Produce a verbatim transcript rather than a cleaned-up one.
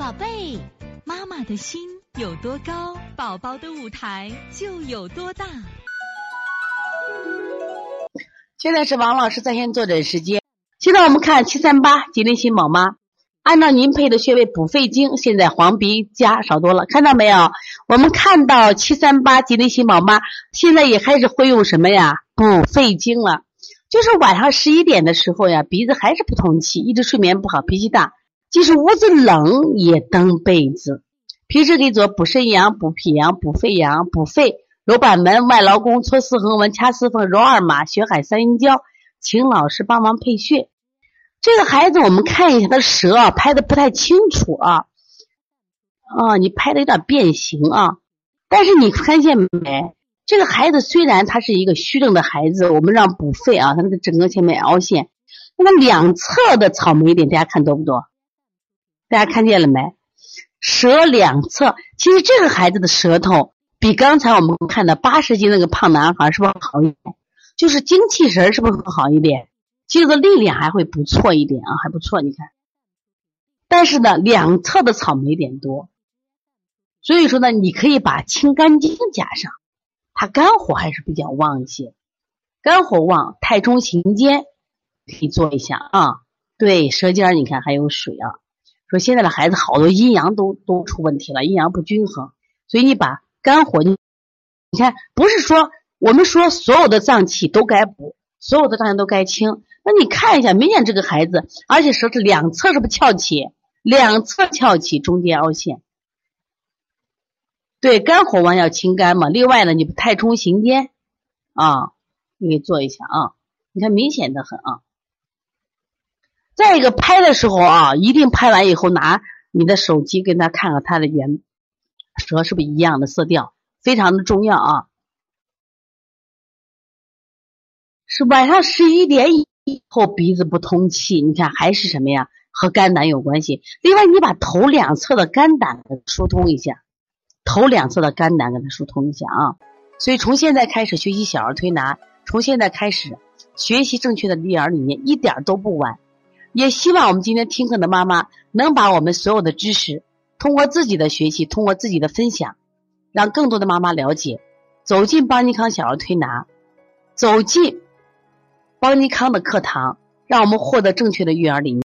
宝贝，妈妈的心有多高，宝宝的舞台就有多大。 现在是王老师在线坐诊时间。现在我们看七三八吉林新宝妈，按照您配的穴位补肺经，现在黄鼻加少多了，看到没有？我们看到七三八吉林新宝妈现在也开始会用什么呀？补肺经了。就是晚上十一点的时候呀，鼻子还是不通气，一直睡眠不好，脾气大，即使屋子冷也蹬被子。平时可以做补肾阳、补脾阳、补肺阳、补肺，揉板门、外劳宫、搓四横纹、掐四缝、揉二马、血海三阴交，请老师帮忙配穴。这个孩子我们看一下他舌啊拍的不太清楚啊，啊你拍的有点变形啊，但是你发现没？这个孩子虽然他是一个虚症的孩子，我们让补肺啊，他那个整个前面凹陷，那么两侧的草莓点大家看多不多？大家看见了没？舌两侧，其实这个孩子的舌头比刚才我们看的八十斤那个胖男孩是不是好一点？就是精气神是不是会好一点？这个力量还会不错一点啊，还不错，你看。但是呢，两侧的草莓点多，所以说呢，你可以把清肝经加上，它肝火还是比较旺一些，肝火旺，太冲行间可以做一下啊。对，舌尖你看还有水啊。说现在的孩子好多阴阳都都出问题了，阴阳不均衡，所以你把肝火，你你看不是说我们说所有的脏器都该补，所有的脏器都该清，那你看一下，明显这个孩子，而且舌质两侧是不是翘起？两侧翘起，中间凹陷。对，肝火旺要清肝嘛。另外呢，你太冲行间啊，你给做一下啊，你看明显的很啊。再一个拍的时候啊，一定拍完以后拿你的手机跟他看看他的原舌是不是一样的色调，非常的重要啊。是晚上十一点以后鼻子不通气，你看还是什么呀？和肝胆有关系。另外你把头两侧的肝胆给疏通一下，头两侧的肝胆给它疏通一下啊。所以从现在开始学习小儿推拿，从现在开始学习正确的育儿理念，一点都不晚。也希望我们今天听课的妈妈能把我们所有的知识通过自己的学习，通过自己的分享，让更多的妈妈了解，走进邦尼康小儿推拿，走进邦尼康的课堂，让我们获得正确的育儿理念。